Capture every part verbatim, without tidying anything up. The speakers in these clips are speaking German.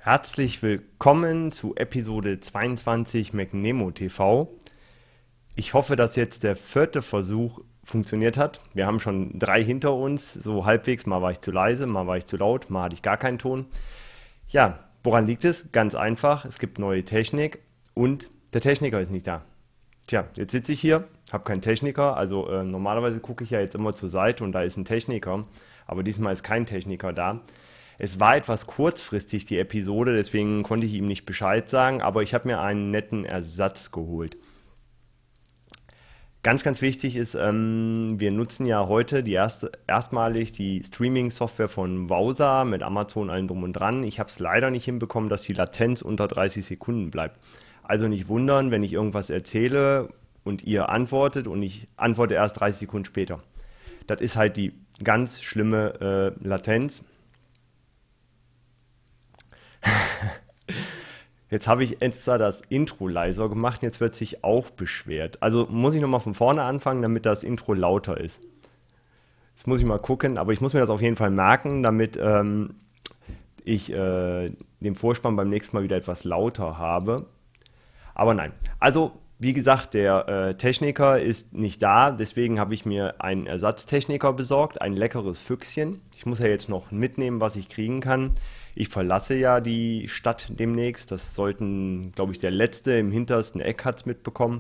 Herzlich willkommen zu Episode zweiundzwanzig McNemo T V. Ich hoffe, dass jetzt der vierte Versuch funktioniert hat. Wir haben schon drei hinter uns, so halbwegs. Mal war ich zu leise, mal war ich zu laut, mal hatte ich gar keinen Ton. Ja, woran liegt es? Ganz einfach, es gibt neue Technik und der Techniker ist nicht da. Tja, jetzt sitze ich hier, habe keinen Techniker, also äh, normalerweise gucke ich ja jetzt immer zur Seite und da ist ein Techniker, aber diesmal ist kein Techniker da. Es war etwas kurzfristig, die Episode, deswegen konnte ich ihm nicht Bescheid sagen, aber ich habe mir einen netten Ersatz geholt. Ganz, ganz wichtig ist, ähm, wir nutzen ja heute die erste, erstmalig die Streaming-Software von Wowser mit Amazon allem drum und dran. Ich habe es leider nicht hinbekommen, dass die Latenz unter dreißig Sekunden bleibt. Also nicht wundern, wenn ich irgendwas erzähle und ihr antwortet und ich antworte erst dreißig Sekunden später. Das ist halt die ganz schlimme äh, Latenz. Jetzt habe ich extra das Intro leiser gemacht und jetzt wird sich auch beschwert. Also muss ich nochmal von vorne anfangen, damit das Intro lauter ist. Jetzt muss ich mal gucken, aber ich muss mir das auf jeden Fall merken, damit ähm, ich äh, den Vorspann beim nächsten Mal wieder etwas lauter habe. Aber nein, also wie gesagt, der äh, Techniker ist nicht da, deswegen habe ich mir einen Ersatztechniker besorgt, ein leckeres Füchschen. Ich muss ja jetzt noch mitnehmen, was ich kriegen kann. Ich verlasse ja die Stadt demnächst, das sollten, glaube ich, der Letzte im hintersten Eck hat es mitbekommen,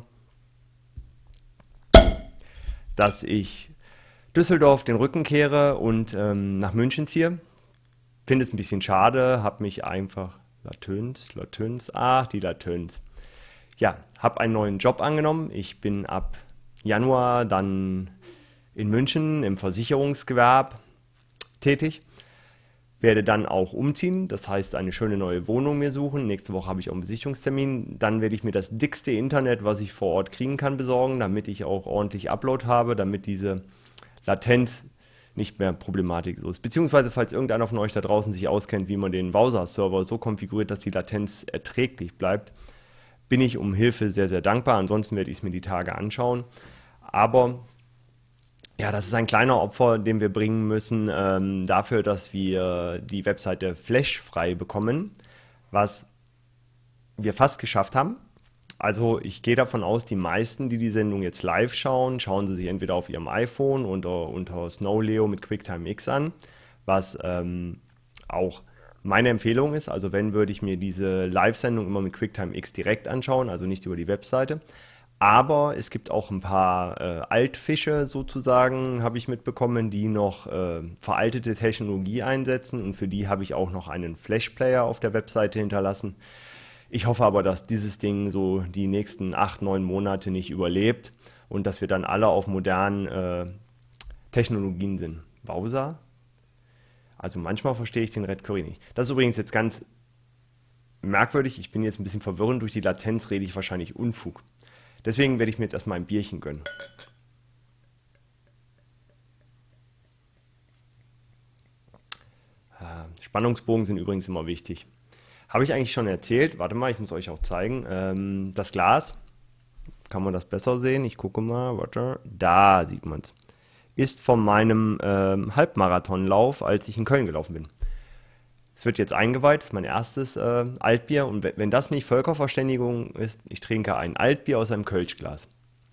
dass ich Düsseldorf den Rücken kehre und ähm, nach München ziehe. Finde es ein bisschen schade, habe mich einfach, Latöns, Latöns, ach, die Latöns. Ja, habe einen neuen Job angenommen. Ich bin ab Januar dann in München im Versicherungsgewerbe tätig. Werde dann auch umziehen, das heißt eine schöne neue Wohnung mir suchen. Nächste Woche habe ich auch einen Besichtigungstermin. Dann werde ich mir das dickste Internet, was ich vor Ort kriegen kann, besorgen, damit ich auch ordentlich Upload habe, damit diese Latenz nicht mehr Problematik so ist. Beziehungsweise, falls irgendeiner von euch da draußen sich auskennt, wie man den Wowser-Server so konfiguriert, dass die Latenz erträglich bleibt, bin ich um Hilfe sehr, sehr dankbar. Ansonsten werde ich es mir die Tage anschauen. Aber ja, das ist ein kleiner Opfer, den wir bringen müssen, ähm, dafür, dass wir die Webseite Flash frei bekommen, was wir fast geschafft haben. Also ich gehe davon aus, die meisten, die die Sendung jetzt live schauen, schauen sie sich entweder auf ihrem iPhone oder unter Snowleo mit QuickTime X an, was ähm, auch meine Empfehlung ist. Also wenn, würde ich mir diese Live-Sendung immer mit QuickTime X direkt anschauen, also nicht über die Webseite. Aber es gibt auch ein paar äh, Altfische sozusagen, habe ich mitbekommen, die noch äh, veraltete Technologie einsetzen und für die habe ich auch noch einen Flash-Player auf der Webseite hinterlassen. Ich hoffe aber, dass dieses Ding so die nächsten acht, neun Monate nicht überlebt und dass wir dann alle auf modernen äh, Technologien sind. Wowser? Also manchmal verstehe ich den Red Curry nicht. Das ist übrigens jetzt ganz merkwürdig, ich bin jetzt ein bisschen verwirrend, durch die Latenz rede ich wahrscheinlich Unfug. Deswegen werde ich mir jetzt erstmal ein Bierchen gönnen. Spannungsbogen sind übrigens immer wichtig. Habe ich eigentlich schon erzählt, warte mal, ich muss euch auch zeigen. Ähm, das Glas, kann man das besser sehen? Ich gucke mal, warte, da sieht man es. Ist von meinem ähm, Halbmarathonlauf, als ich in Köln gelaufen bin. Es wird jetzt eingeweiht, das ist mein erstes äh, Altbier und wenn das nicht Völkerverständigung ist, ich trinke ein Altbier aus einem Kölschglas.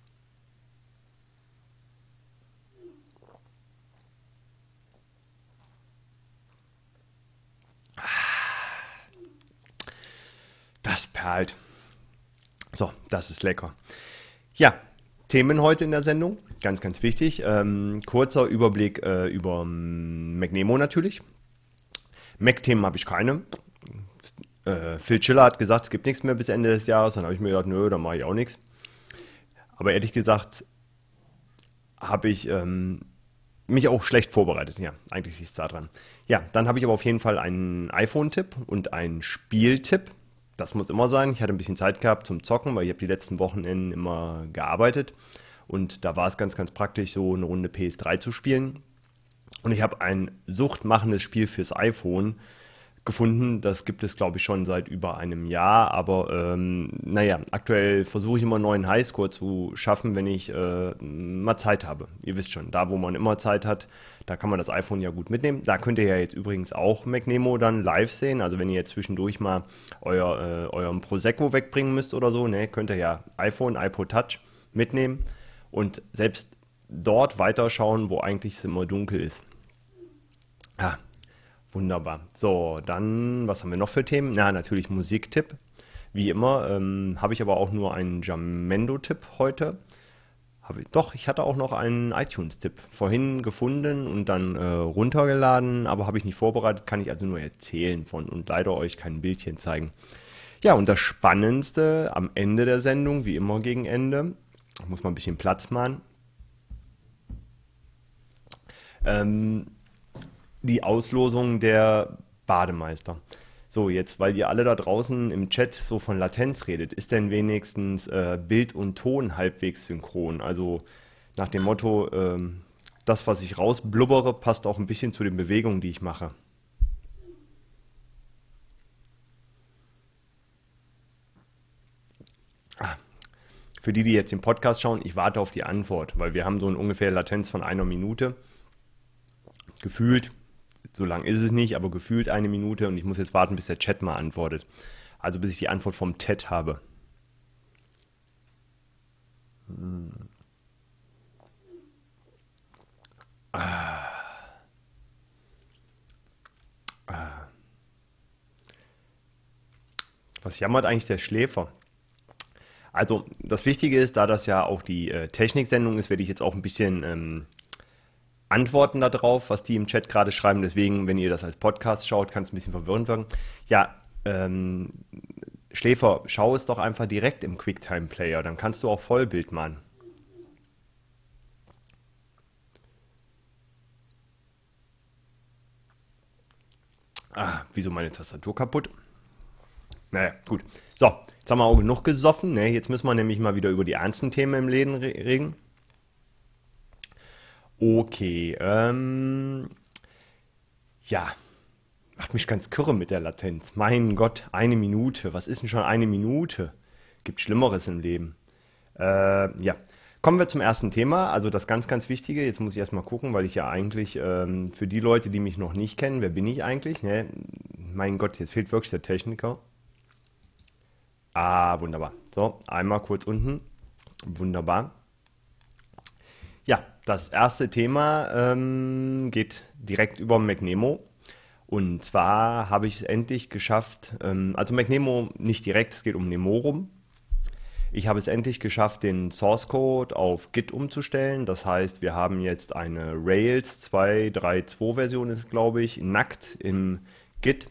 Das perlt. So, das ist lecker. Ja, Themen heute in der Sendung, ganz, ganz wichtig. Ähm, kurzer Überblick äh, über ähm, McNemo natürlich. Mac-Themen habe ich keine. Äh, Phil Schiller hat gesagt, es gibt nichts mehr bis Ende des Jahres. Dann habe ich mir gedacht, nö, dann mache ich auch nichts. Aber ehrlich gesagt habe ich ähm, mich auch schlecht vorbereitet. Ja, eigentlich liegt es da dran. Ja, dann habe ich aber auf jeden Fall einen iPhone-Tipp und einen Spieltipp. Das muss immer sein. Ich hatte ein bisschen Zeit gehabt zum Zocken, weil ich habe die letzten Wochenenden immer gearbeitet. Und da war es ganz, ganz praktisch, so eine Runde P S drei zu spielen. Und ich habe ein suchtmachendes Spiel fürs iPhone gefunden. Das gibt es, glaube ich, schon seit über einem Jahr. Aber ähm, naja, aktuell versuche ich immer einen neuen Highscore zu schaffen, wenn ich äh, mal Zeit habe. Ihr wisst schon, da wo man immer Zeit hat, da kann man das iPhone ja gut mitnehmen. Da könnt ihr ja jetzt übrigens auch McNemo dann live sehen. Also wenn ihr jetzt zwischendurch mal euer, äh, euren Prosecco wegbringen müsst oder so, ne, könnt ihr ja iPhone, iPod Touch mitnehmen und selbst dort weiterschauen, wo eigentlich es immer dunkel ist. Ah, wunderbar. So, dann, was haben wir noch für Themen? Na, natürlich Musiktipp. Wie immer, ähm, habe ich aber auch nur einen Jamendo-Tipp heute. Habe ich, doch, ich hatte auch noch einen iTunes-Tipp vorhin gefunden und dann äh, runtergeladen, aber habe ich nicht vorbereitet, kann ich also nur erzählen von und leider euch kein Bildchen zeigen. Ja, und das Spannendste am Ende der Sendung, wie immer gegen Ende, muss man ein bisschen Platz machen, ähm, die Auslosung der Bademeister. So, jetzt, weil ihr alle da draußen im Chat so von Latenz redet, ist denn wenigstens äh, Bild und Ton halbwegs synchron? Also nach dem Motto, ähm, das, was ich rausblubbere, passt auch ein bisschen zu den Bewegungen, die ich mache. Für die, die jetzt den Podcast schauen, ich warte auf die Antwort, weil wir haben so eine ungefähr Latenz von einer Minute. Gefühlt, so lang ist es nicht, aber gefühlt eine Minute und ich muss jetzt warten, bis der Chat mal antwortet. Also bis ich die Antwort vom Chat habe. Was jammert eigentlich der Schläfer? Also das Wichtige ist, da das ja auch die äh, Techniksendung ist, werde ich jetzt auch ein bisschen ähm, antworten darauf, was die im Chat gerade schreiben. Deswegen, wenn ihr das als Podcast schaut, kann es ein bisschen verwirrend wirken. Ja, ähm, Schläfer, schau es doch einfach direkt im QuickTime-Player. Dann kannst du auch Vollbild machen. Ah, wieso meine Tastatur kaputt? Naja, gut. So, jetzt haben wir auch genug gesoffen. Ne? Jetzt müssen wir nämlich mal wieder über die ernsten Themen im Leben re- reden. Okay, ähm, ja, macht mich ganz kirre mit der Latenz. Mein Gott, eine Minute. Was ist denn schon eine Minute? Gibt Schlimmeres im Leben. Äh, ja, kommen wir zum ersten Thema. Also das ganz, ganz Wichtige. Jetzt muss ich erstmal gucken, weil ich ja eigentlich ähm, für die Leute, die mich noch nicht kennen, wer bin ich eigentlich? Ne? Mein Gott, jetzt fehlt wirklich der Techniker. Ah, wunderbar. So, einmal kurz unten. Wunderbar. Ja, das erste Thema ähm, geht direkt über McNemo. Und zwar habe ich es endlich geschafft, ähm, also McNemo nicht direkt, es geht um Nemorum. Ich habe es endlich geschafft, den Source Code auf Git umzustellen. Das heißt, wir haben jetzt eine Rails zwei Punkt drei Punkt zwei Version, ist glaube ich, nackt im Git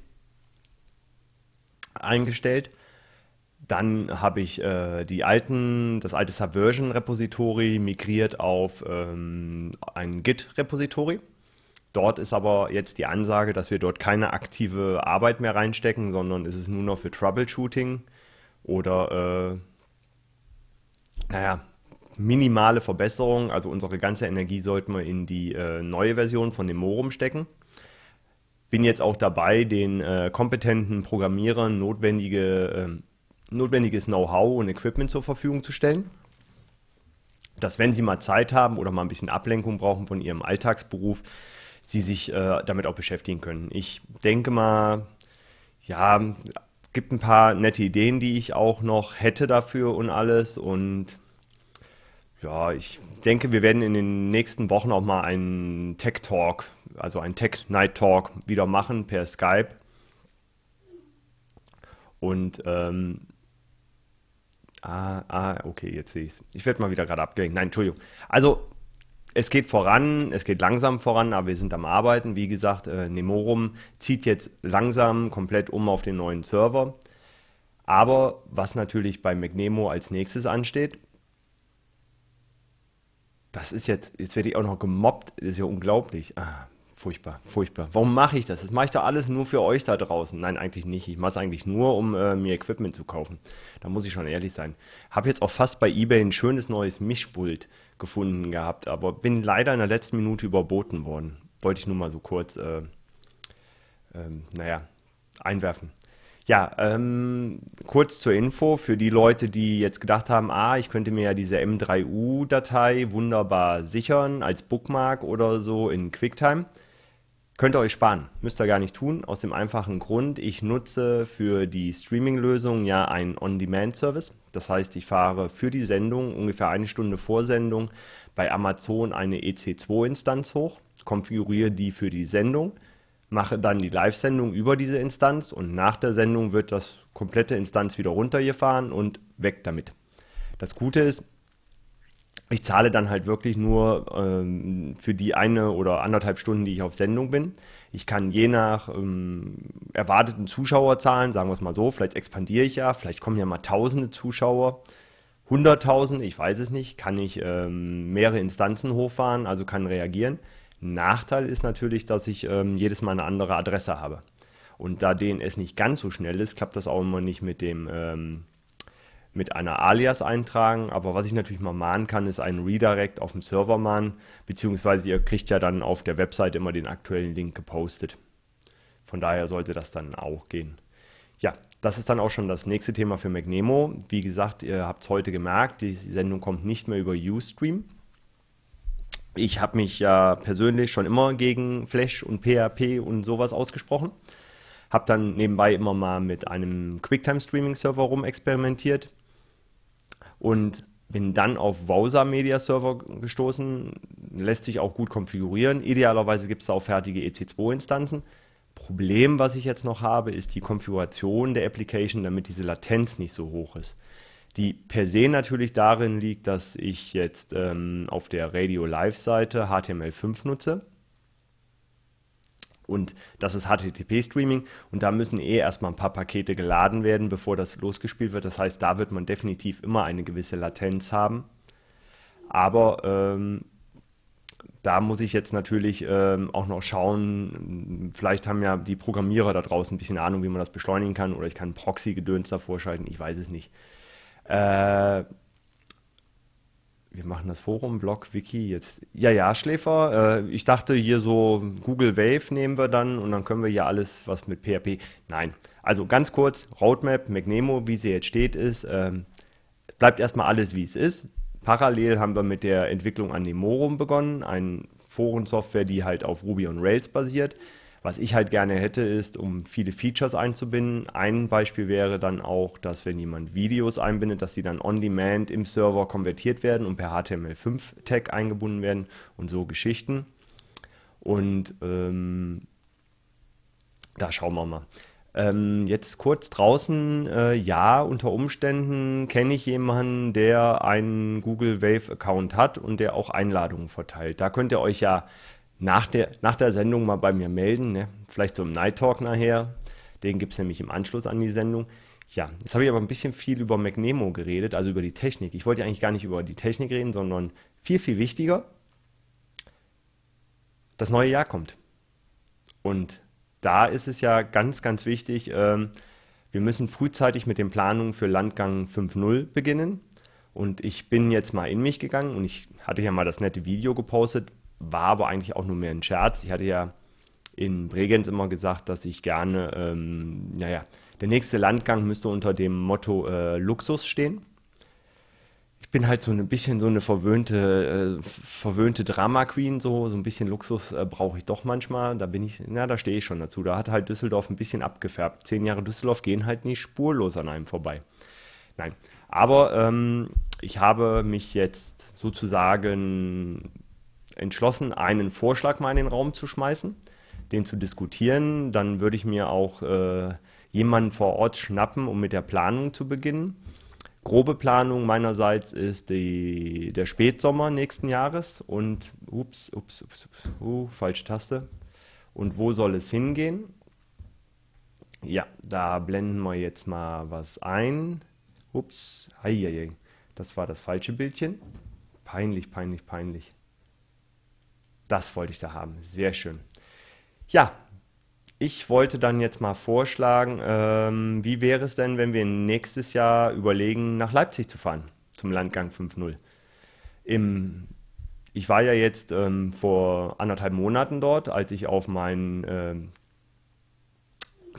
eingestellt. Dann habe ich äh, die alten, das alte Subversion-Repository migriert auf ähm, ein Git-Repository. Dort ist aber jetzt die Ansage, dass wir dort keine aktive Arbeit mehr reinstecken, sondern es ist nur noch für Troubleshooting oder äh, naja, minimale Verbesserung. Also unsere ganze Energie sollten wir in die äh, neue Version von dem Morum stecken. Bin jetzt auch dabei, den äh, kompetenten Programmierern notwendige, äh, notwendiges Know-how und Equipment zur Verfügung zu stellen, dass wenn sie mal Zeit haben oder mal ein bisschen Ablenkung brauchen von ihrem Alltagsberuf, sie sich äh, damit auch beschäftigen können. Ich denke mal, ja, gibt ein paar nette Ideen, die ich auch noch hätte dafür und alles. Und ja, ich denke, wir werden in den nächsten Wochen auch mal einen Tech Talk, also einen Tech Night Talk wieder machen per Skype. Und ähm, ah, ah, okay, jetzt sehe ich es. Ich werde mal wieder gerade abgelenkt. Nein, Entschuldigung. Also es geht voran, es geht langsam voran, aber wir sind am Arbeiten. Wie gesagt, äh, Nemorum zieht jetzt langsam komplett um auf den neuen Server. Aber was natürlich bei McNemo als nächstes ansteht, das ist jetzt, jetzt werde ich auch noch gemobbt, das ist ja unglaublich. Ah, furchtbar, furchtbar. Warum mache ich das? Das mache ich doch alles nur für euch da draußen. Nein, eigentlich nicht. Ich mache es eigentlich nur, um äh, mir Equipment zu kaufen. Da muss ich schon ehrlich sein. Habe jetzt auch fast bei eBay ein schönes neues Mischpult gefunden gehabt, aber bin leider in der letzten Minute überboten worden. Wollte ich nur mal so kurz, äh, ähm, naja, einwerfen. Ja, ähm, kurz zur Info für die Leute, die jetzt gedacht haben, ah, ich könnte mir ja diese M drei U-Datei wunderbar sichern als Bookmark oder so in QuickTime. Könnt ihr euch sparen, müsst ihr gar nicht tun, aus dem einfachen Grund, ich nutze für die Streaming-Lösung ja einen On-Demand-Service. Das heißt, ich fahre für die Sendung ungefähr eine Stunde vor Sendung bei Amazon eine E C zwei Instanz hoch, konfiguriere die für die Sendung, mache dann die Live-Sendung über diese Instanz und nach der Sendung wird das komplette Instanz wieder runtergefahren und weg damit. Das Gute ist, ich zahle dann halt wirklich nur ähm, für die eine oder anderthalb Stunden, die ich auf Sendung bin. Ich kann je nach ähm, erwarteten Zuschauerzahlen, sagen wir es mal so, vielleicht expandiere ich ja, vielleicht kommen ja mal tausende Zuschauer, hunderttausend, ich weiß es nicht, kann ich ähm, mehrere Instanzen hochfahren, also kann reagieren. Nachteil ist natürlich, dass ich ähm, jedes Mal eine andere Adresse habe. Und da D N S nicht ganz so schnell ist, klappt das auch immer nicht mit dem ähm, mit einer Alias eintragen, aber was ich natürlich mal mahnen kann, ist einen Redirect auf dem Server mahnen, beziehungsweise ihr kriegt ja dann auf der Website immer den aktuellen Link gepostet. Von daher sollte das dann auch gehen. Ja, das ist dann auch schon das nächste Thema für McNemo. Wie gesagt, ihr habt es heute gemerkt, die Sendung kommt nicht mehr über Ustream. Ich habe mich ja persönlich schon immer gegen Flash und P H P und sowas ausgesprochen. Habe dann nebenbei immer mal mit einem QuickTime-Streaming-Server rumexperimentiert und bin dann auf Wowser Media Server gestoßen. Lässt sich auch gut konfigurieren. Idealerweise gibt es da auch fertige E C zwei Instanzen. Problem, was ich jetzt noch habe, ist die Konfiguration der Application, damit diese Latenz nicht so hoch ist. Die per se natürlich darin liegt, dass ich jetzt ähm, auf der Radio Live Seite H T M L fünf nutze. Und das ist H T T P-Streaming und da müssen eh erstmal ein paar Pakete geladen werden, bevor das losgespielt wird. Das heißt, da wird man definitiv immer eine gewisse Latenz haben. Aber ähm, da muss ich jetzt natürlich ähm, auch noch schauen, vielleicht haben ja die Programmierer da draußen ein bisschen Ahnung, wie man das beschleunigen kann oder ich kann Proxy-Gedöns davor schalten, ich weiß es nicht. Äh, Wir machen das Forum, Blog, Wiki jetzt. Ja, ja, Schläfer. Äh, ich dachte hier so Google Wave nehmen wir dann und dann können wir hier alles, was mit P H P. Nein. Also ganz kurz, Roadmap, McNemo, wie sie jetzt steht, ist, ähm, bleibt erstmal alles, wie es ist. Parallel haben wir mit der Entwicklung an Nemorum begonnen, eine Forensoftware, die halt auf Ruby on Rails basiert. Was ich halt gerne hätte, ist, um viele Features einzubinden. Ein Beispiel wäre dann auch, dass wenn jemand Videos einbindet, dass die dann on-demand im Server konvertiert werden und per H T M L fünf Tag eingebunden werden und so Geschichten. Und ähm, da schauen wir mal. Ähm, jetzt kurz draußen, äh, ja, unter Umständen kenne ich jemanden, der einen Google Wave Account hat und der auch Einladungen verteilt. Da könnt ihr euch ja nach der, nach der Sendung mal bei mir melden, ne? Vielleicht so im Night Talk nachher. Den gibt es nämlich im Anschluss an die Sendung. Ja, jetzt habe ich aber ein bisschen viel über McNemo geredet, also über die Technik. Ich wollte ja eigentlich gar nicht über die Technik reden, sondern viel, viel wichtiger, das neue Jahr kommt. Und da ist es ja ganz, ganz wichtig, ähm, wir müssen frühzeitig mit den Planungen für Landgang fünf Punkt null beginnen. Und ich bin jetzt mal in mich gegangen und ich hatte ja mal das nette Video gepostet, war aber eigentlich auch nur mehr ein Scherz. Ich hatte ja in Bregenz immer gesagt, dass ich gerne, ähm, naja, der nächste Landgang müsste unter dem Motto äh, Luxus stehen. Ich bin halt so ein bisschen so eine verwöhnte, äh, verwöhnte Drama-Queen, so, so ein bisschen Luxus äh, brauche ich doch manchmal. Da bin ich, na, da stehe ich schon dazu. Da hat halt Düsseldorf ein bisschen abgefärbt. Zehn Jahre Düsseldorf gehen halt nicht spurlos an einem vorbei. Nein, aber ähm, ich habe mich jetzt sozusagen entschlossen, einen Vorschlag mal in den Raum zu schmeißen, den zu diskutieren. Dann würde ich mir auch äh, jemanden vor Ort schnappen, um mit der Planung zu beginnen. Grobe Planung meinerseits ist die, der Spätsommer nächsten Jahres und ups, ups, ups, ups uh, falsche Taste. Und wo soll es hingehen? Ja, da blenden wir jetzt mal was ein. Ups, heieiei, das war das falsche Bildchen. Peinlich, peinlich, peinlich. Das wollte ich da haben, sehr schön. Ja, ich wollte dann jetzt mal vorschlagen, ähm, wie wäre es denn, wenn wir nächstes Jahr überlegen, nach Leipzig zu fahren, zum Landgang fünf Punkt null. Im, ich war ja jetzt ähm, vor anderthalb Monaten dort, als ich auf mein, ähm,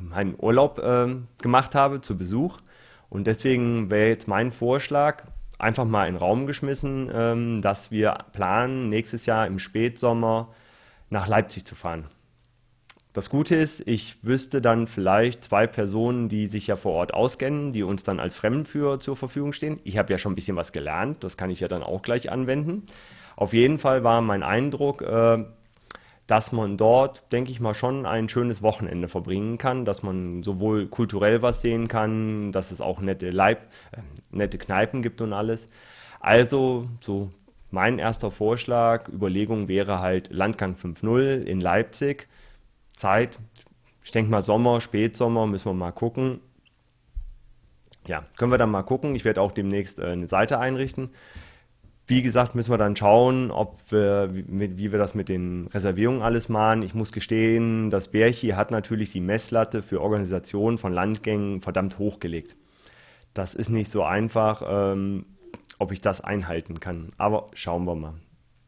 meinen Urlaub äh, gemacht habe zu Besuch. Und deswegen wäre jetzt mein Vorschlag, einfach mal in den Raum geschmissen, ähm, dass wir planen, nächstes Jahr im Spätsommer nach Leipzig zu fahren. Das Gute ist, ich wüsste dann vielleicht zwei Personen, die sich ja vor Ort auskennen, die uns dann als Fremdenführer zur Verfügung stehen. Ich habe ja schon ein bisschen was gelernt, das kann ich ja dann auch gleich anwenden. Auf jeden Fall war mein Eindruck, äh, dass man dort, denke ich mal, schon ein schönes Wochenende verbringen kann, dass man sowohl kulturell was sehen kann, dass es auch nette Leib, äh, nette Kneipen gibt und alles. Also so mein erster Vorschlag, Überlegung wäre halt Landgang fünf null in Leipzig. Zeit, ich denke mal Sommer, Spätsommer, müssen wir mal gucken. Ja, können wir dann mal gucken. Ich werde auch demnächst äh, eine Seite einrichten. Wie gesagt, müssen wir dann schauen, ob wir, wie, mit- wie wir das mit den Reservierungen alles machen. Ich muss gestehen, das Bärchi hat natürlich die Messlatte für Organisation von Landgängen verdammt hochgelegt. Das ist nicht so einfach, ähm, ob ich das einhalten kann. Aber schauen wir mal.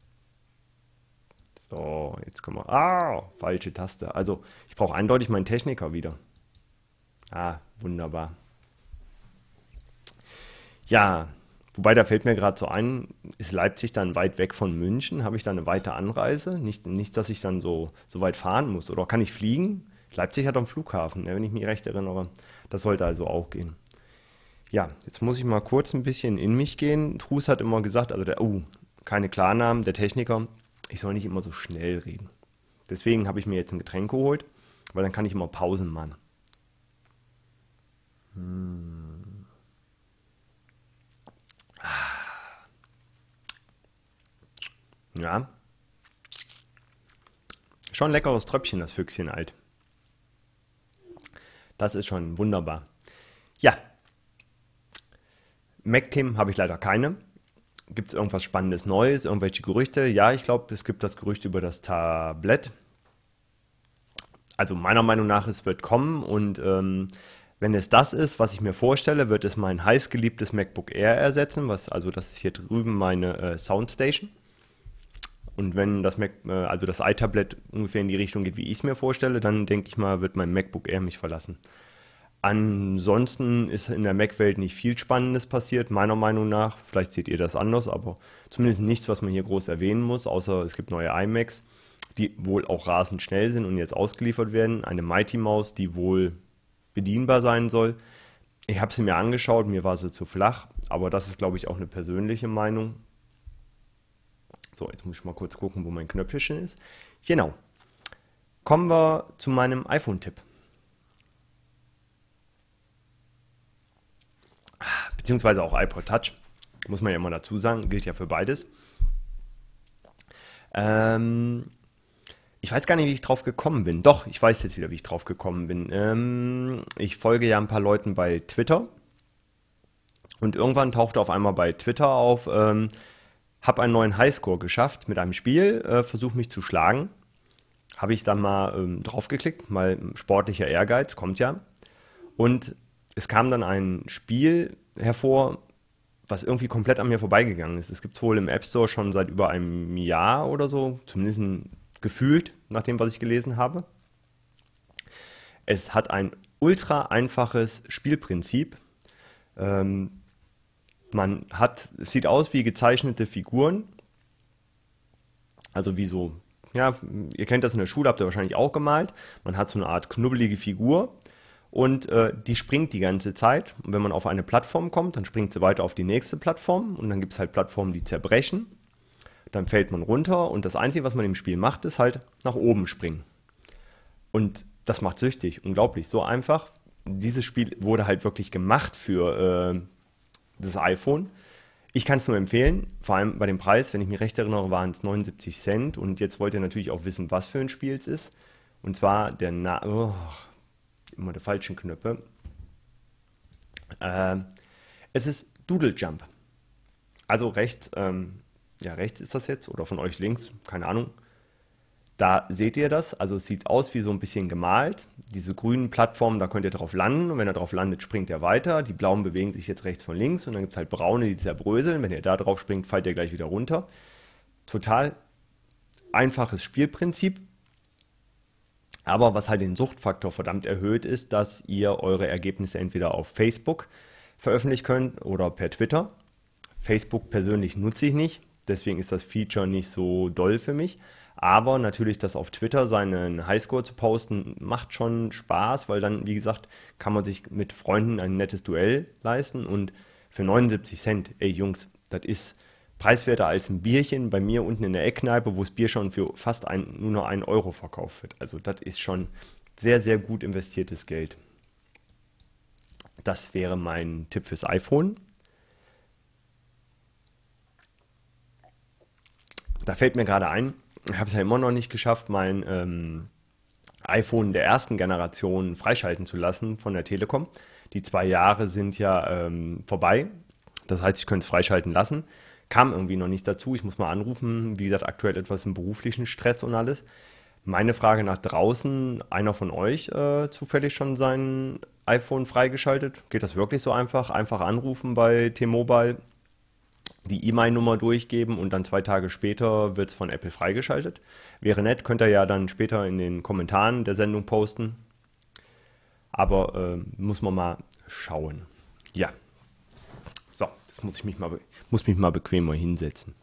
So, jetzt kommen wir. Ah, falsche Taste. Also, ich brauche eindeutig meinen Techniker wieder. Ah, wunderbar. Ja, wobei da fällt mir gerade so ein, ist Leipzig dann weit weg von München? Habe ich da eine weite Anreise? Nicht, nicht, dass ich dann so, so weit fahren muss. Oder kann ich fliegen? Leipzig hat einen Flughafen, ne, wenn ich mich recht erinnere. Das sollte also auch gehen. Ja, jetzt muss ich mal kurz ein bisschen in mich gehen. Trus hat immer gesagt, also der, oh, keine Klarnamen, der Techniker, ich soll nicht immer so schnell reden. Deswegen habe ich mir jetzt ein Getränk geholt, weil dann kann ich immer Pausen machen. Ja, schon ein leckeres Tröpfchen, das Füchschen alt. Das ist schon wunderbar. Ja, MacTim habe ich leider keine. Gibt es irgendwas Spannendes Neues, irgendwelche Gerüchte? Ja, ich glaube, es gibt das Gerücht über das Tablett. Also meiner Meinung nach, es wird kommen und ähm, wenn es das ist, was ich mir vorstelle, wird es mein heißgeliebtes MacBook Air ersetzen, was, also das ist hier drüben meine äh, Soundstation. Und wenn das Mac, äh, also das iTablet ungefähr in die Richtung geht, wie ich es mir vorstelle, dann denke ich mal, wird mein MacBook Air mich verlassen. Ansonsten ist in der Mac-Welt nicht viel Spannendes passiert, meiner Meinung nach. Vielleicht seht ihr das anders, aber zumindest nichts, was man hier groß erwähnen muss, außer es gibt neue iMacs, die wohl auch rasend schnell sind und jetzt ausgeliefert werden. Eine Mighty Maus, die wohl bedienbar sein soll. Ich habe sie mir angeschaut, mir war sie zu flach, aber das ist, glaube ich, auch eine persönliche Meinung. So, jetzt muss ich mal kurz gucken, wo mein Knöpfchen ist. Genau. Kommen wir zu meinem iPhone-Tipp. Beziehungsweise auch iPod Touch. Muss man ja immer dazu sagen, gilt ja für beides. Ähm, ich weiß gar nicht, wie ich drauf gekommen bin. Doch, ich weiß jetzt wieder, wie ich drauf gekommen bin. Ähm, ich folge ja ein paar Leuten bei Twitter und irgendwann tauchte auf einmal bei Twitter auf, ähm, habe einen neuen Highscore geschafft mit einem Spiel, äh, versuche mich zu schlagen. Habe ich dann mal ähm, draufgeklickt, mal sportlicher Ehrgeiz, kommt ja. Und es kam dann ein Spiel hervor, was irgendwie komplett an mir vorbeigegangen ist. Es gibt es wohl im App Store schon seit über einem Jahr oder so, zumindest ein- gefühlt, nach dem, was ich gelesen habe. Es hat ein ultra einfaches Spielprinzip. Ähm, man hat, es sieht aus wie gezeichnete Figuren, also wie so, ja, ihr kennt das in der Schule, habt ihr wahrscheinlich auch gemalt. Man hat so eine Art knubbelige Figur und äh, die springt die ganze Zeit. Und wenn man auf eine Plattform kommt, dann springt sie weiter auf die nächste Plattform und dann gibt es halt Plattformen, die zerbrechen. Dann fällt man runter und das Einzige, was man im Spiel macht, ist halt nach oben springen. Und das macht süchtig, unglaublich, so einfach. Dieses Spiel wurde halt wirklich gemacht für äh, das iPhone. Ich kann es nur empfehlen, vor allem bei dem Preis, wenn ich mich recht erinnere, waren es neunundsiebzig Cent und jetzt wollt ihr natürlich auch wissen, was für ein Spiel es ist. Und zwar der Na oh, immer der falschen Knöpfe. Äh, es ist Doodle Jump. Also rechts, ähm, ja rechts ist das jetzt oder von euch links, keine Ahnung. Da seht ihr das, also es sieht aus wie so ein bisschen gemalt. Diese grünen Plattformen, da könnt ihr drauf landen und wenn er drauf landet, springt er weiter. Die blauen bewegen sich jetzt rechts von links und dann gibt es halt braune, die zerbröseln. Wenn ihr da drauf springt, fallt ihr gleich wieder runter. Total einfaches Spielprinzip. Aber was halt den Suchtfaktor verdammt erhöht, ist, dass ihr eure Ergebnisse entweder auf Facebook veröffentlichen könnt oder per Twitter. Facebook persönlich nutze ich nicht, deswegen ist das Feature nicht so doll für mich. Aber natürlich das auf Twitter seinen Highscore zu posten, macht schon Spaß, weil dann, wie gesagt, kann man sich mit Freunden ein nettes Duell leisten. Und für neunundsiebzig Cent, ey Jungs, das ist preiswerter als ein Bierchen bei mir unten in der Eckkneipe, wo das Bier schon für fast ein, nur noch einen Euro verkauft wird. Also das ist schon sehr, sehr gut investiertes Geld. Das wäre mein Tipp fürs iPhone. Da fällt mir gerade ein, ich habe es ja immer noch nicht geschafft, mein ähm, iPhone der ersten Generation freischalten zu lassen von der Telekom. Die zwei Jahre sind ja ähm, vorbei. Das heißt, ich könnte es freischalten lassen. Kam irgendwie noch nicht dazu. Ich muss mal anrufen. Wie gesagt, aktuell etwas im beruflichen Stress und alles. Meine Frage nach draußen, einer von euch äh, zufällig schon sein iPhone freigeschaltet? Geht das wirklich so einfach? Einfach anrufen bei T-Mobile, die E-Mail-Nummer durchgeben und dann zwei Tage später wird es von Apple freigeschaltet. Wäre nett, könnt ihr ja dann später in den Kommentaren der Sendung posten. Aber äh, muss man mal schauen. Ja. So, das muss ich mich mal, muss mich mal bequemer hinsetzen.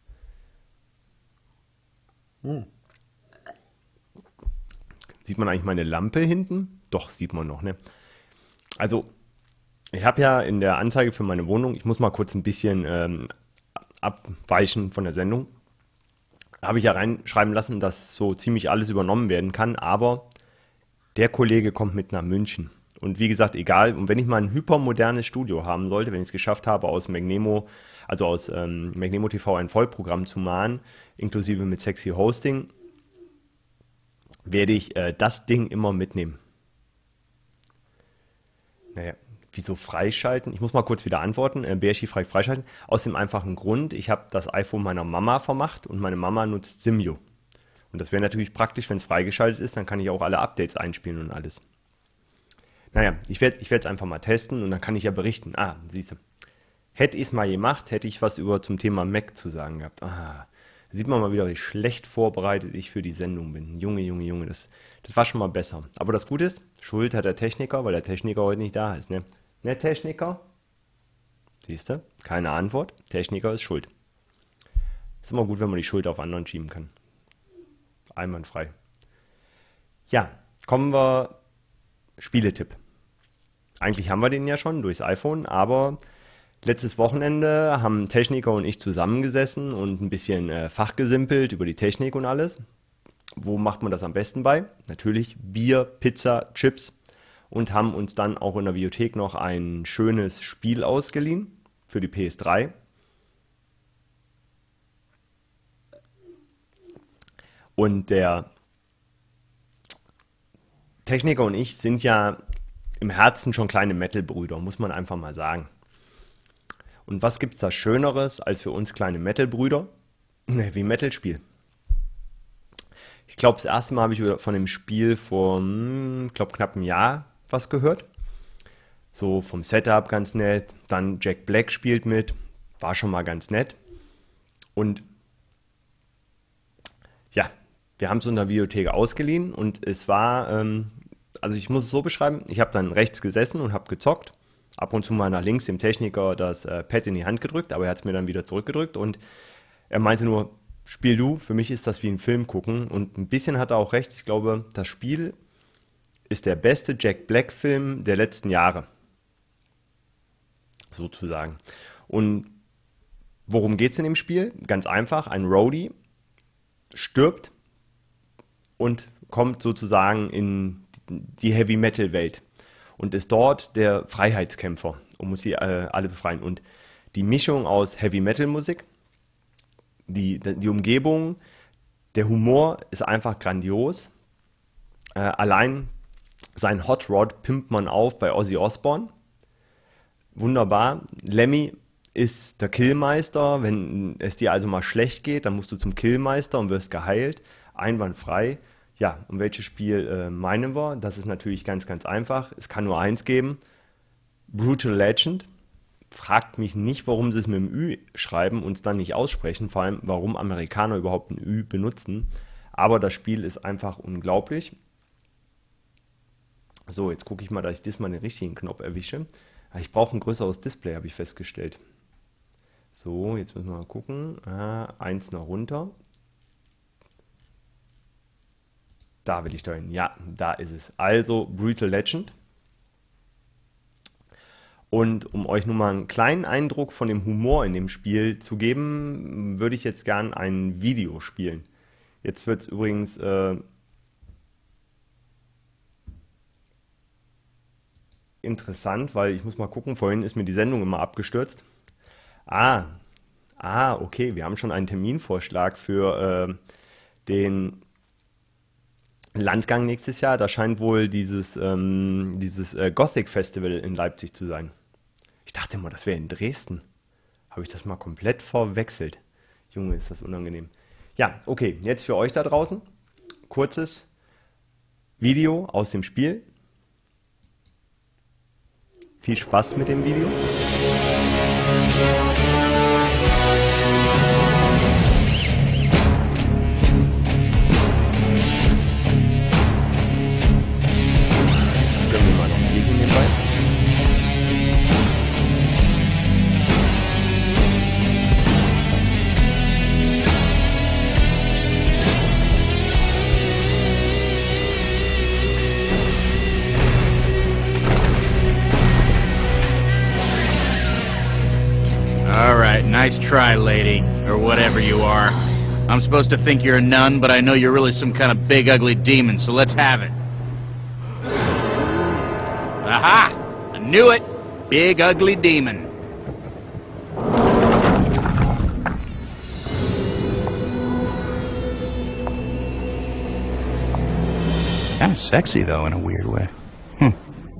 Hm. Sieht man eigentlich meine Lampe hinten? Doch, sieht man noch, ne? Also, ich habe ja in der Anzeige für meine Wohnung, ich muss mal kurz ein bisschen ähm, abweichen von der Sendung, habe ich ja reinschreiben lassen, dass so ziemlich alles übernommen werden kann, aber der Kollege kommt mit nach München. Und wie gesagt, egal, und wenn ich mal ein hypermodernes Studio haben sollte, wenn ich es geschafft habe, aus Magnemo, also aus ähm, Magnemo T V ein Vollprogramm zu machen, inklusive mit Sexy Hosting, werde ich äh, das Ding immer mitnehmen. Naja, wieso freischalten? Ich muss mal kurz wieder antworten. Äh, Berchi fragt freischalten. Aus dem einfachen Grund, ich habe das iPhone meiner Mama vermacht und meine Mama nutzt Simyo. Und das wäre natürlich praktisch, wenn es freigeschaltet ist, dann kann ich auch alle Updates einspielen und alles. Naja, ich werde ich es einfach mal testen und dann kann ich ja berichten. Ah, siehst du. Hätte ich es mal gemacht, hätte ich was über zum Thema Mac zu sagen gehabt. Ah, da sieht man mal wieder, wie schlecht vorbereitet ich für die Sendung bin. Junge, Junge, Junge, das, das war schon mal besser. Aber das Gute ist, Schuld hat der Techniker, weil der Techniker heute nicht da ist. Ne, ne Techniker? Siehst du? Keine Antwort. Techniker ist schuld. Ist immer gut, wenn man die Schuld auf anderen schieben kann. Einwandfrei. Ja, kommen wir Spieletipp. Eigentlich haben wir den ja schon durchs iPhone, aber letztes Wochenende haben Techniker und ich zusammengesessen und ein bisschen äh, fachgesimpelt über die Technik und alles. Wo macht man das am besten bei? Natürlich Bier, Pizza, Chips und haben uns dann auch in der Videothek noch ein schönes Spiel ausgeliehen für die P S drei. Und der Techniker und ich sind ja im Herzen schon kleine Metal-Brüder, muss man einfach mal sagen. Und was gibt es da Schöneres als für uns kleine Metal-Brüder? Ne, wie ein Metal-Spiel. Ich glaube, das erste Mal habe ich von dem Spiel vor, ich glaube, knapp einem Jahr was gehört. So vom Setup ganz nett. Dann Jack Black spielt mit. War schon mal ganz nett. Und ja, wir haben es in der Videothek ausgeliehen und es war, ähm, also ich muss es so beschreiben, ich habe dann rechts gesessen und habe gezockt. Ab und zu mal nach links dem Techniker das äh, Pad in die Hand gedrückt, aber er hat es mir dann wieder zurückgedrückt und er meinte nur, spiel du, für mich ist das wie ein Film gucken und ein bisschen hat er auch recht. Ich glaube, das Spiel ist der beste Jack Black Film der letzten Jahre, sozusagen. Und worum geht es in dem Spiel? Ganz einfach, ein Roadie stirbt und kommt sozusagen in die Heavy Metal Welt und ist dort der Freiheitskämpfer und muss sie äh, alle befreien. Und die Mischung aus Heavy Metal Musik, die, die Umgebung, der Humor ist einfach grandios. Äh, allein sein Hot Rod pimpt man auf bei Ozzy Osbourne. Wunderbar. Lemmy ist der Killmeister. Wenn es dir also mal schlecht geht, dann musst du zum Killmeister und wirst geheilt. Einwandfrei. Ja, um welches Spiel äh, meinen wir? Das ist natürlich ganz, ganz einfach. Es kann nur eins geben. Brutal Legend. Fragt mich nicht, warum sie es mit dem Ü schreiben und es dann nicht aussprechen. Vor allem, warum Amerikaner überhaupt ein Ü benutzen. Aber das Spiel ist einfach unglaublich. So, jetzt gucke ich mal, dass ich diesmal den richtigen Knopf erwische. Ah, ich brauche ein größeres Display, habe ich festgestellt. So, jetzt müssen wir mal gucken. Ah, eins noch runter. Da will ich da hin. Ja, da ist es. Also Brutal Legend. Und um euch nur mal einen kleinen Eindruck von dem Humor in dem Spiel zu geben, würde ich jetzt gern ein Video spielen. Jetzt wird es übrigens äh, interessant, weil ich muss mal gucken, vorhin ist mir die Sendung immer abgestürzt. Ah, ah, okay, wir haben schon einen Terminvorschlag für äh, den Landgang nächstes Jahr. Da scheint wohl dieses, ähm, dieses äh, Gothic Festival in Leipzig zu sein. Ich dachte immer, das wäre in Dresden. Habe ich das mal komplett verwechselt. Junge, ist das unangenehm. Ja, okay, jetzt für euch da draußen. Kurzes Video aus dem Spiel. Viel Spaß mit dem Video. Ich gönne mir mal noch ein Bierchen nebenbei. All right, nice try, lady, or whatever you are. I'm supposed to think you're a nun, but I know you're really some kind of big, ugly demon, so let's have it. Aha! I knew it! Big, ugly demon. Kind of sexy, though, in a weird way. Hm.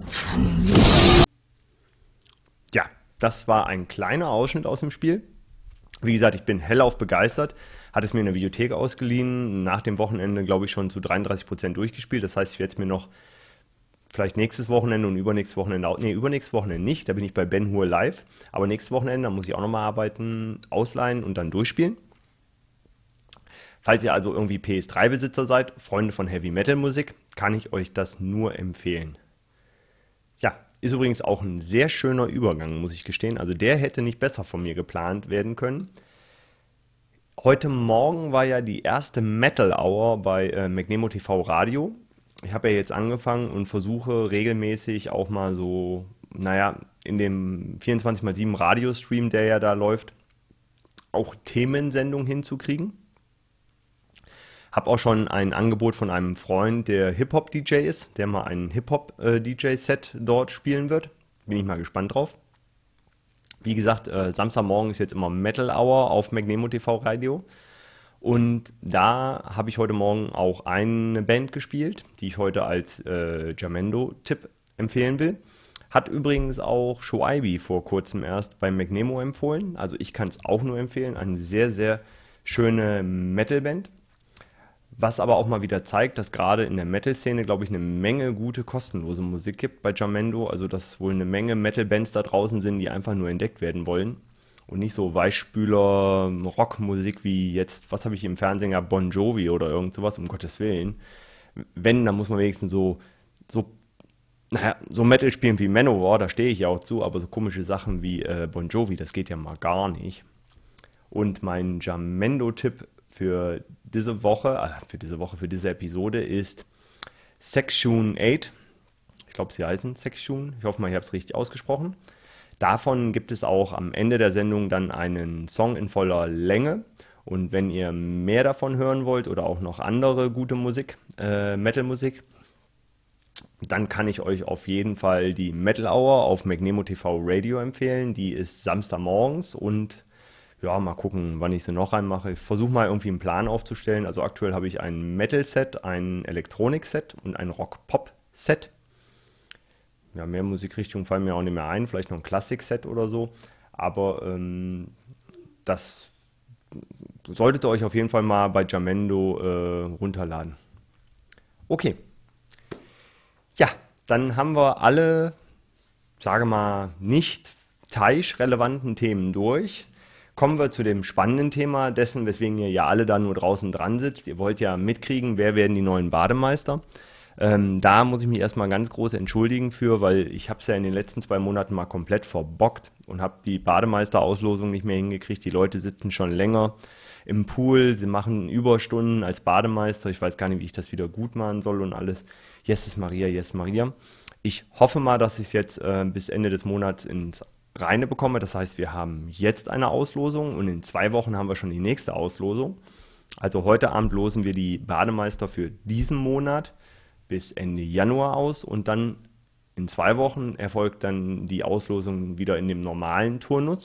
Ja, das war ein kleiner Ausschnitt aus dem Spiel. Wie gesagt, ich bin hellauf begeistert. Hatte es mir in der Videothek ausgeliehen. Nach dem Wochenende, glaube ich, schon zu dreiunddreißig Prozent durchgespielt. Das heißt, ich werde es mir noch vielleicht nächstes Wochenende und übernächstes Wochenende, nee, übernächstes Wochenende nicht. Da bin ich bei Ben Hur live. Aber nächstes Wochenende, da muss ich auch nochmal arbeiten, ausleihen und dann durchspielen. Falls ihr also irgendwie P S drei Besitzer seid, Freunde von Heavy Metal Musik, kann ich euch das nur empfehlen. Ja, ist übrigens auch ein sehr schöner Übergang, muss ich gestehen. Also der hätte nicht besser von mir geplant werden können. Heute Morgen war ja die erste Metal Hour bei äh, McNemo T V Radio. Ich habe ja jetzt angefangen und versuche regelmäßig auch mal so, naja, in dem vierundzwanzig mal sieben Radiostream, der ja da läuft, auch Themensendungen hinzukriegen. Habe auch schon ein Angebot von einem Freund, der Hip-Hop-D J ist, der mal ein Hip-Hop-D J-Set dort spielen wird. Bin ich mal gespannt drauf. Wie gesagt, äh, Samstagmorgen ist jetzt immer Metal Hour auf McNemo T V Radio. Und da habe ich heute Morgen auch eine Band gespielt, die ich heute als äh, Jamendo-Tipp empfehlen will. Hat übrigens auch Shoaibi vor kurzem erst bei McNemo empfohlen. Also ich kann es auch nur empfehlen. Eine sehr, sehr schöne Metal-Band. Was aber auch mal wieder zeigt, dass gerade in der Metal-Szene, glaube ich, eine Menge gute kostenlose Musik gibt bei Jamendo. Also dass wohl eine Menge Metal-Bands da draußen sind, die einfach nur entdeckt werden wollen. Und nicht so Weichspüler, Rockmusik wie jetzt, was habe ich im Fernsehen gehabt, Bon Jovi oder irgend sowas, um Gottes Willen. Wenn, dann muss man wenigstens so, so, naja, so Metal spielen wie Manowar, da stehe ich ja auch zu, aber so komische Sachen wie äh, Bon Jovi, das geht ja mal gar nicht. Und mein Jamendo-Tipp für diese Woche, äh, für diese Woche, für diese Episode ist Section acht. Ich glaube, sie heißen Section. Ich hoffe mal, ich habe es richtig ausgesprochen. Davon gibt es auch am Ende der Sendung dann einen Song in voller Länge. Und wenn ihr mehr davon hören wollt oder auch noch andere gute Musik, äh, Metal-Musik, dann kann ich euch auf jeden Fall die Metal Hour auf McNemo T V Radio empfehlen. Die ist Samstagmorgens und ja, mal gucken, wann ich sie noch reinmache. Ich versuche mal irgendwie einen Plan aufzustellen. Also aktuell habe ich ein Metal-Set, ein Elektronik-Set und ein Rock-Pop-Set. Ja, mehr Musikrichtungen fallen mir auch nicht mehr ein. Vielleicht noch ein Klassik-Set oder so. Aber ähm, das solltet ihr euch auf jeden Fall mal bei Jamendo äh, runterladen. Okay. Ja, dann haben wir alle, sage mal, nicht Teich-relevanten Themen durch. Kommen wir zu dem spannenden Thema dessen, weswegen ihr ja alle da nur draußen dran sitzt. Ihr wollt ja mitkriegen, wer werden die neuen Bademeister. Ähm, da muss ich mich erstmal ganz groß entschuldigen für, weil ich habe es ja in den letzten zwei Monaten mal komplett verbockt und habe die Bademeister-Auslosung nicht mehr hingekriegt. Die Leute sitzen schon länger im Pool, sie machen Überstunden als Bademeister. Ich weiß gar nicht, wie ich das wieder gut machen soll und alles. Yes, Maria, yes, Maria. Ich hoffe mal, dass ich es jetzt äh, bis Ende des Monats ins Reine bekomme. Das heißt, wir haben jetzt eine Auslosung und in zwei Wochen haben wir schon die nächste Auslosung. Also heute Abend losen wir die Bademeister für diesen Monat bis Ende Januar aus und dann in zwei Wochen erfolgt dann die Auslosung wieder in dem normalen Turnus.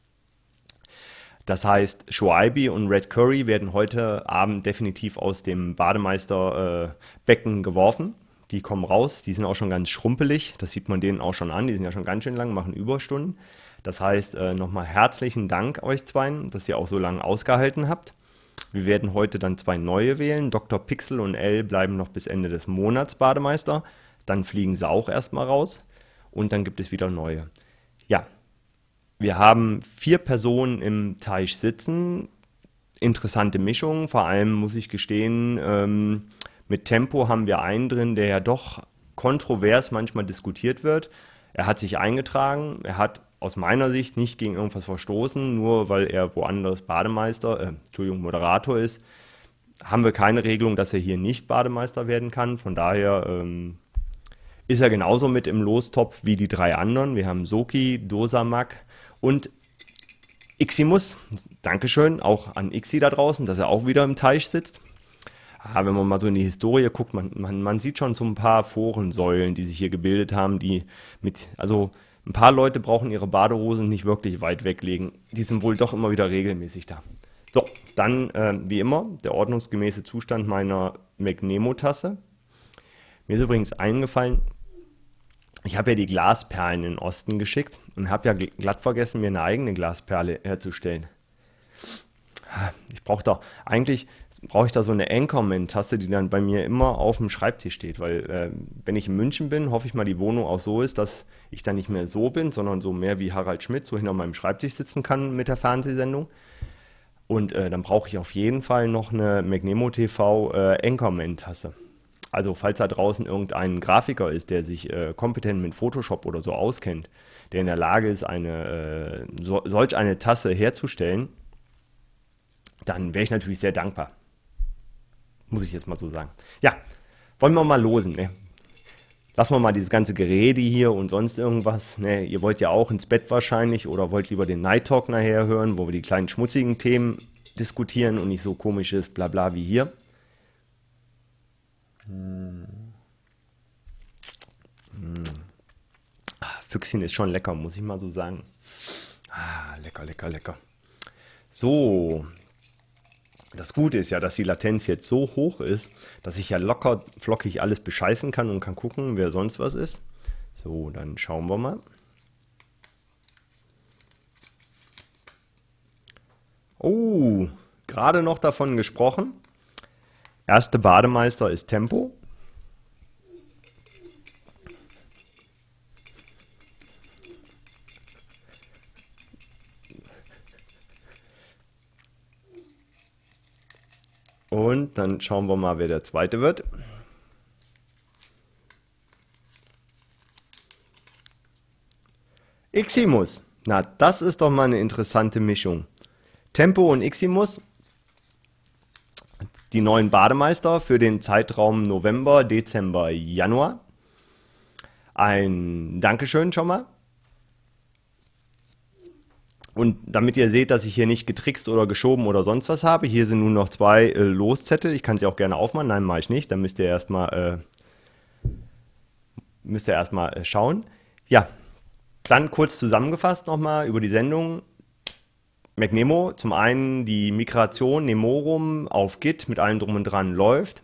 Das heißt, Schwalbe und Red Curry werden heute Abend definitiv aus dem Bademeisterbecken äh, geworfen. Die kommen raus, die sind auch schon ganz schrumpelig, das sieht man denen auch schon an, die sind ja schon ganz schön lang, machen Überstunden. Das heißt, äh, nochmal herzlichen Dank euch zweien, dass ihr auch so lange ausgehalten habt. Wir werden heute dann zwei neue wählen. Doktor Pixel und L bleiben noch bis Ende des Monats Bademeister. Dann fliegen sie auch erstmal raus. Und dann gibt es wieder neue. Ja, wir haben vier Personen im Teich sitzen. Interessante Mischung. Vor allem muss ich gestehen, ähm, mit Tempo haben wir einen drin, der ja doch kontrovers manchmal diskutiert wird. Er hat sich eingetragen. Er hat aus meiner Sicht nicht gegen irgendwas verstoßen, nur weil er woanders Bademeister, äh, Entschuldigung, Moderator ist, haben wir keine Regelung, dass er hier nicht Bademeister werden kann. Von daher ähm, ist er genauso mit im Lostopf wie die drei anderen. Wir haben Soki, Dosamak und Iximus. Dankeschön, auch an Ixi da draußen, dass er auch wieder im Teich sitzt. Ah, wenn man mal so in die Historie guckt, man, man, man sieht schon so ein paar Forensäulen, die sich hier gebildet haben, die mit, also ein paar Leute brauchen ihre Badehosen nicht wirklich weit weglegen. Die sind wohl doch immer wieder regelmäßig da. So, dann äh, wie immer der ordnungsgemäße Zustand meiner Magnemo-Tasse. Mir ist übrigens eingefallen, ich habe ja die Glasperlen in den Osten geschickt und habe ja glatt vergessen, mir eine eigene Glasperle herzustellen. Ich brauche da, eigentlich brauche ich da so eine Anchorman-Tasse, die dann bei mir immer auf dem Schreibtisch steht, weil äh, wenn ich in München bin, hoffe ich mal, die Wohnung auch so ist, dass ich dann nicht mehr so bin, sondern so mehr wie Harald Schmidt, so hinter meinem Schreibtisch sitzen kann mit der Fernsehsendung. Und äh, dann brauche ich auf jeden Fall noch eine Magnemo T V äh, Anchorman-Tasse. Also falls da draußen irgendein Grafiker ist, der sich äh, kompetent mit Photoshop oder so auskennt, der in der Lage ist, eine, äh, so, solch eine Tasse herzustellen, dann wäre ich natürlich sehr dankbar. Muss ich jetzt mal so sagen. Ja, wollen wir mal losen, ne? Lassen wir mal dieses ganze Gerede hier und sonst irgendwas. Ne? Ihr wollt ja auch ins Bett wahrscheinlich oder wollt lieber den Night Talk nachher hören, wo wir die kleinen schmutzigen Themen diskutieren und nicht so komisches Blabla wie hier. Hm. Hm. Füchschen ist schon lecker, muss ich mal so sagen. Ah, lecker, lecker, lecker. So. Das Gute ist ja, dass die Latenz jetzt so hoch ist, dass ich ja locker flockig alles bescheißen kann und kann gucken, wer sonst was ist. So, dann schauen wir mal. Oh, gerade noch davon gesprochen. Erste Bademeister ist Tempo. Und dann schauen wir mal, wer der zweite wird. Iximus. Na, das ist doch mal eine interessante Mischung. Tempo und Iximus, die neuen Bademeister für den Zeitraum November, Dezember, Januar. Ein Dankeschön schon mal. Und damit ihr seht, dass ich hier nicht getrickst oder geschoben oder sonst was habe, hier sind nun noch zwei äh, Loszettel. Ich kann sie auch gerne aufmachen. Nein, mache ich nicht. Dann müsst ihr erstmal äh, müsst ihr erstmal äh, schauen. Ja, dann kurz zusammengefasst nochmal über die Sendung. Magnemo, zum einen die Migration Nemorum auf Git mit allem drum und dran läuft.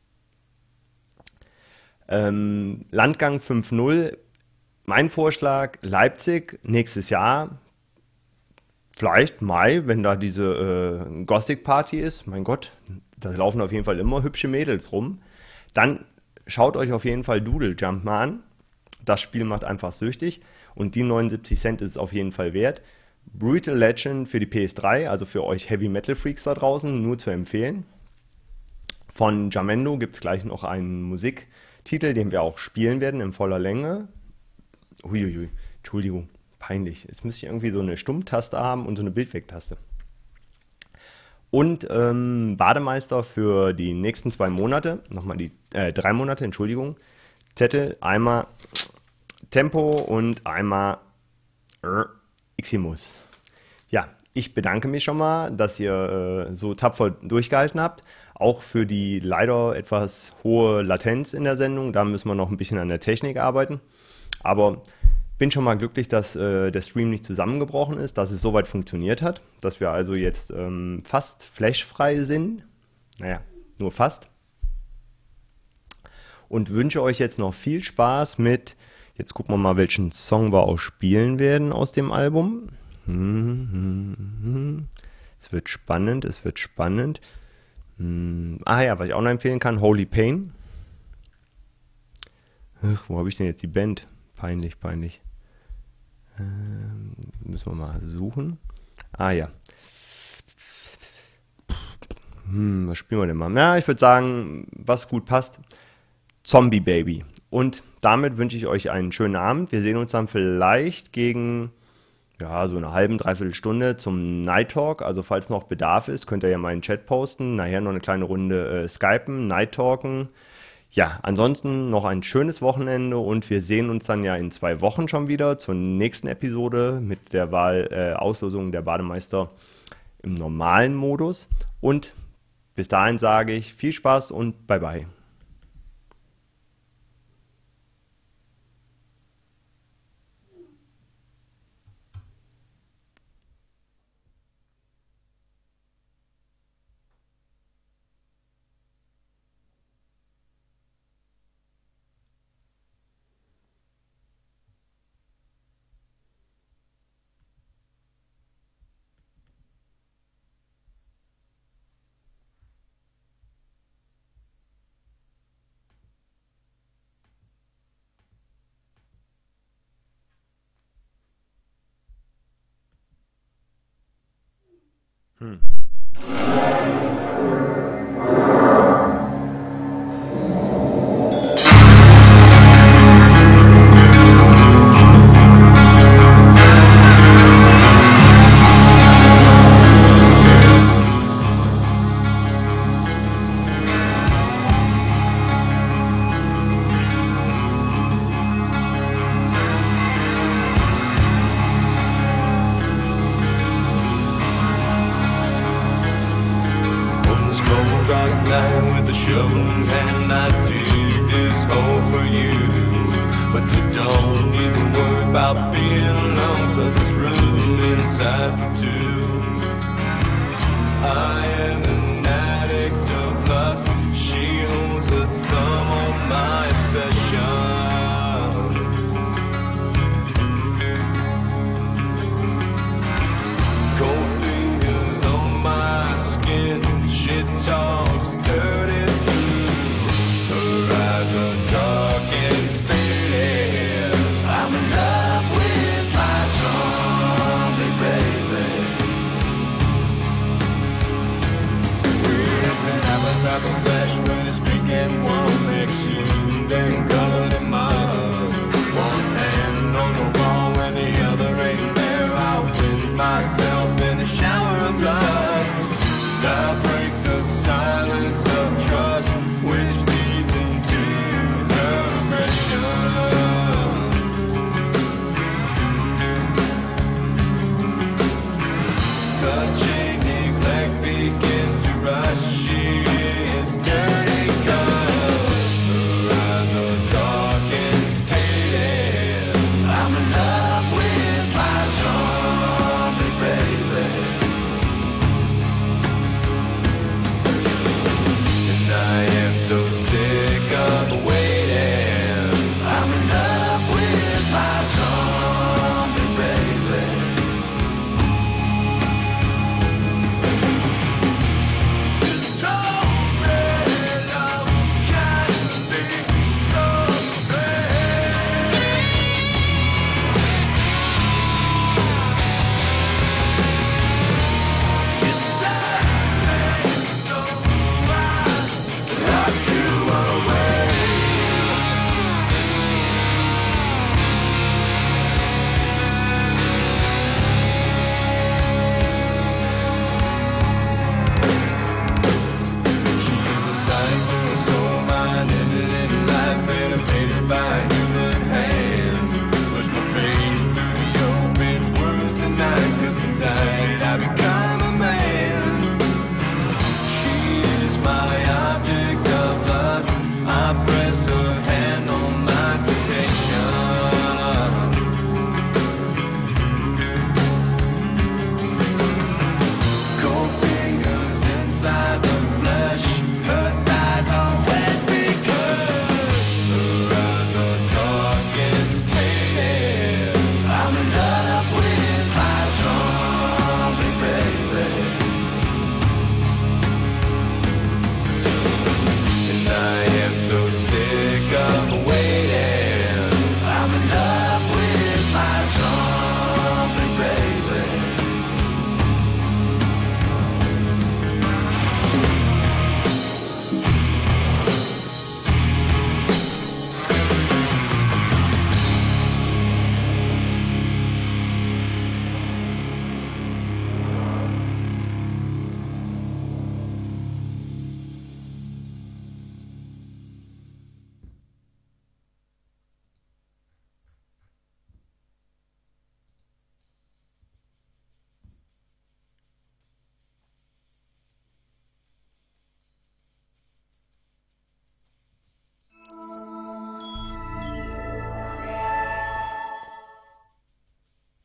Ähm, Landgang fünf Punkt null, mein Vorschlag Leipzig nächstes Jahr. Vielleicht Mai, wenn da diese äh, Gothic-Party ist. Mein Gott, da laufen auf jeden Fall immer hübsche Mädels rum. Dann schaut euch auf jeden Fall Doodle Jump mal an. Das Spiel macht einfach süchtig. Und die neunundsiebzig Cent ist es auf jeden Fall wert. Brutal Legend für die P S drei, also für euch Heavy Metal Freaks da draußen, nur zu empfehlen. Von Jamendo gibt es gleich noch einen Musiktitel, den wir auch spielen werden in voller Länge. Uiuiui, Entschuldigung, peinlich. Jetzt müsste ich irgendwie so eine Stummtaste haben und so eine Bildwegtaste. Und ähm, Bademeister für die nächsten zwei Monate, nochmal die äh, drei Monate, Entschuldigung. Zettel, einmal Tempo und einmal äh, Iximus. Ja, ich bedanke mich schon mal, dass ihr äh, so tapfer durchgehalten habt. Auch für die leider etwas hohe Latenz in der Sendung. Da müssen wir noch ein bisschen an der Technik arbeiten. Aber bin schon mal glücklich, dass äh, der Stream nicht zusammengebrochen ist, dass es soweit funktioniert hat. Dass wir also jetzt ähm, fast flashfrei sind. Naja, nur fast. Und wünsche euch jetzt noch viel Spaß mit, jetzt gucken wir mal, welchen Song wir auch spielen werden aus dem Album. Es wird spannend, es wird spannend. Ah ja, was ich auch noch empfehlen kann, Holy Pain. Ach, wo habe ich denn jetzt die Band? Peinlich, peinlich. Ähm, müssen wir mal suchen. Ah ja. Hm, was spielen wir denn mal? Na, ich würde sagen, was gut passt, Zombie Baby. Und damit wünsche ich euch einen schönen Abend. Wir sehen uns dann vielleicht gegen, ja, so eine halbe, dreiviertel Stunde zum Night Talk. Also falls noch Bedarf ist, könnt ihr ja mal in den Chat posten. Nachher noch eine kleine Runde äh, skypen, Night Talken. Ja, ansonsten noch ein schönes Wochenende und wir sehen uns dann ja in zwei Wochen schon wieder zur nächsten Episode mit der Wahl, äh, Auslosung der Bademeister im normalen Modus. Und bis dahin sage ich viel Spaß und bye bye. Hm. Cold dark night with a shovel in hand, I dig this hole for you. But you don't need to worry about being alone, cause there's room inside for two. I am